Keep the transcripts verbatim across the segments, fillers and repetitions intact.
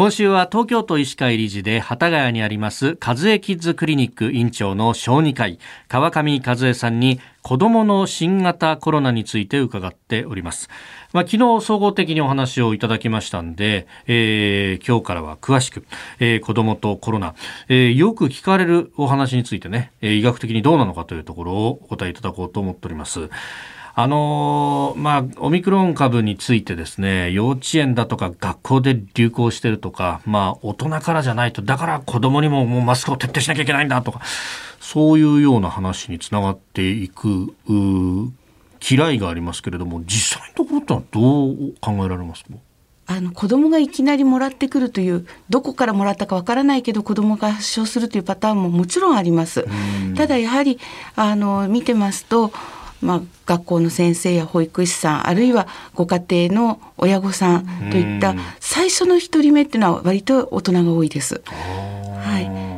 今週は東京都医師会理事で幡ヶ谷にあります和江キッズクリニック院長の小児科医川上和江さんに子どもの新型コロナについて伺っております。まあ、昨日総合的にお話をいただきましたんで、えー、今日からは詳しく、えー、子どもとコロナ、えー、よく聞かれるお話についてね、えー、医学的にどうなのかというところをお答えいただこうと思っております。あのーまあ、オミクロン株についてですね、幼稚園だとか学校で流行してるとか、まあ、大人からじゃないと、だから子供にももうマスクを徹底しなきゃいけないんだとか、そういうような話につながっていく嫌いがありますけれども、実際のところってのはどう考えられますか？ あの子供がいきなりもらってくるという、どこからもらったかわからないけど子供が発症するというパターンももちろんあります。ただやはりあの見てますと、まあ、学校の先生や保育士さん、あるいはご家庭の親御さんといった最初の一人目っていうのは割と大人が多いです。はい、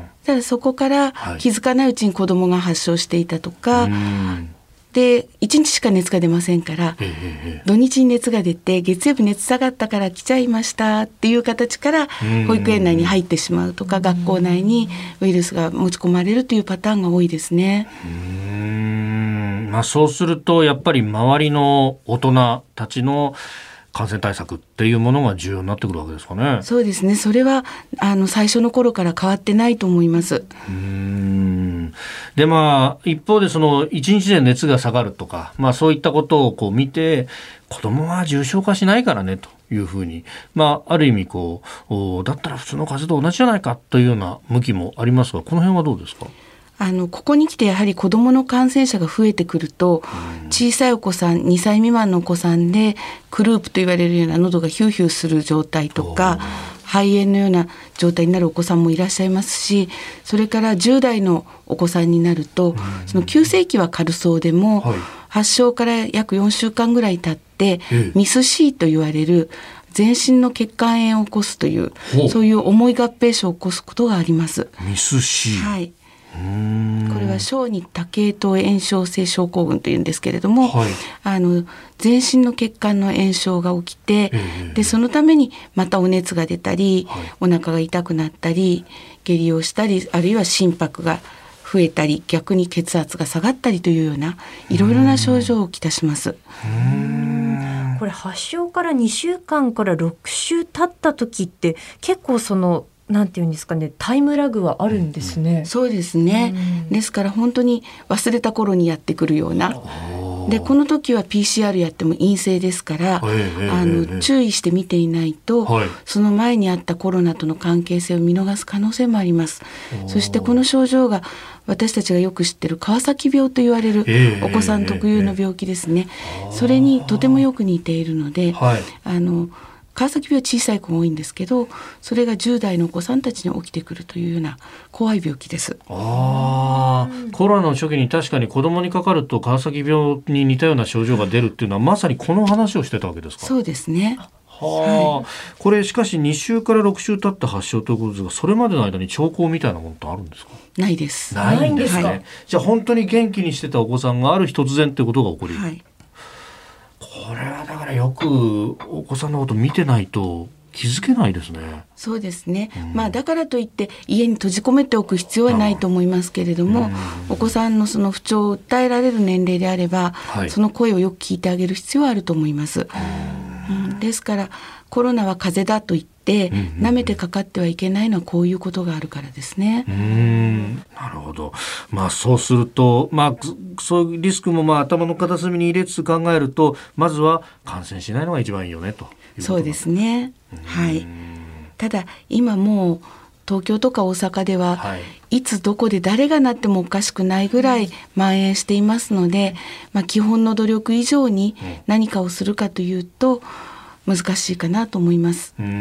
ただそこから気づかないうちに子供が発症していたとか、でいちにちしか熱が出ませんから、土日に熱が出て月曜日熱下がったから来ちゃいましたっていう形から保育園内に入ってしまうとか、学校内にウイルスが持ち込まれるというパターンが多いですね。 うーん、まあ、そうするとやっぱり周りの大人たちの感染対策っていうものが重要になってくるわけですかね。 そうですね。それはあの最初の頃から変わってないと思います。 うーん。でまあ一方でそのいちにちで熱が下がるとか、まあそういったことをこう見て、子供は重症化しないからねというふうに、まあある意味こうだったら普通の風邪と同じじゃないかというような向きもありますが、この辺はどうですか？ あのここに来てやはり子どもの感染者が増えてくると、小さいお子さん、にさい未満のお子さんでクループと言われるような喉がヒューヒューする状態とか、肺炎のような状態になるお子さんもいらっしゃいますし、それからじゅう代のお子さんになると、その急性期は軽そうでも、はい、発症から約よんしゅうかんぐらい経ってミス C と言われる全身の血管炎を起こすという、そういう重い合併症を起こすことがあります。 ミス C、 はい、これは小児多系統炎症性症候群というんですけれども、はい、あの全身の血管の炎症が起きて、えー、でそのためにまたお熱が出たり、はい、お腹が痛くなったり下痢をしたり、あるいは心拍が増えたり逆に血圧が下がったりというようないろいろな症状をきたします。 うーん、これ発症からにしゅうかんからろく週経った時って結構そのなんていうんですかね、タイムラグはあるんですね。 うん、そうですね。ですから本当に忘れた頃にやってくるような。でこの時は ピーシーアール やっても陰性ですから、あの注意して見ていないと、はい、その前にあったコロナとの関係性を見逃す可能性もあります。そしてこの症状が私たちがよく知っている川崎病と言われるお子さん特有の病気ですね。それにとてもよく似ているので、はい、あの川崎病は小さい子が多いんですけど、それがじゅう代のお子さんたちに起きてくるというような怖い病気です。 あ、コロナの初期に確かに子供にかかると川崎病に似たような症状が出るっていうのはまさにこの話をしてたわけですか？ そうですね。 はあ、はい、これしかしに週からろく週経って発症ということですが、それまでの間に兆候みたいなものってあるんですか？ ないです。 ないんですね。はい、じゃあ本当に元気にしてたお子さんがある日突然ってことが起こり、はい、これはだからよくお子さんのこと見てないと気づけないですね。 そうですね、うん、まあ、だからといって家に閉じ込めておく必要はないと思いますけれども、お子さんのその不調を訴えられる年齢であれば、はい、その声をよく聞いてあげる必要はあると思います。うん、ですからコロナは風邪だと言って舐めてかかってはいけないのはこういうことがあるからですね。 うーん、なるほど。まあそうすると、まあそういうリスクもまあ頭の片隅に入れつつ考えると、まずは感染しないのが一番いいよねということだ。 そうですね。はい。ただ今もう東京とか大阪では、はい、いつどこで誰がなってもおかしくないぐらい蔓延していますので、まあ、基本の努力以上に何かをするかというと難しいかなと思います。 うーん、うん、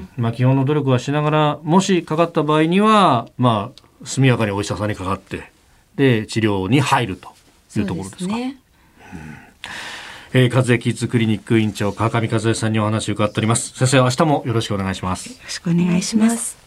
まあ、基本の努力はしながら、もしかかった場合には、まあ、速やかにお医者さんにかかってで治療に入るというところですか？そうですね。うん、えー、和江キッズクリニック院長川上和江さんにお話を伺っております。先生、明日もよろしくお願いします。 よろしくお願いします。